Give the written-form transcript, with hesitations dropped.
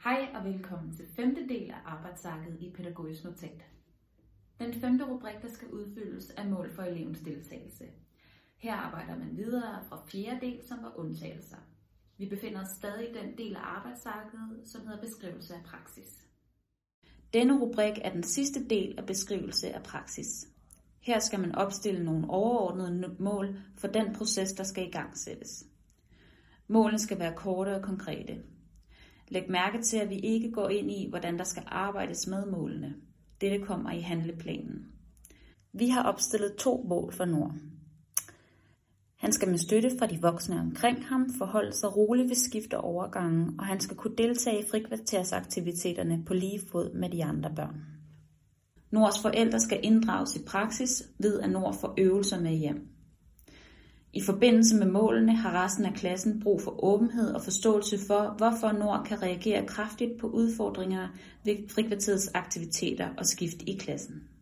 Hej og velkommen til 5. del af arbejdsarket i Pædagogisk Notat. Den 5. rubrik, der skal udfyldes, er mål for elevens deltagelse. Her arbejder man videre fra 4. del, som var undtagelser. Vi befinder os stadig i den del af arbejdsarket, som hedder beskrivelse af praksis. Denne rubrik er den sidste del af beskrivelse af praksis. Her skal man opstille nogle overordnede mål for den proces, der skal igangsættes. Målene skal være korte og konkrete. Læg mærke til, at vi ikke går ind i, hvordan der skal arbejdes med målene. Dette kommer i handleplanen. Vi har opstillet 2 mål for Nord. Han skal med støtte fra de voksne omkring ham forholde sig roligt ved skift og overgangen, og han skal kunne deltage i frikvartersaktiviteterne på lige fod med de andre børn. Nords forældre skal inddrages i praksis ved, at Nord får øvelser med hjem. I forbindelse med målene har resten af klassen brug for åbenhed og forståelse for, hvorfor Nord kan reagere kraftigt på udfordringer ved frikvarterets aktiviteter og skift i klassen.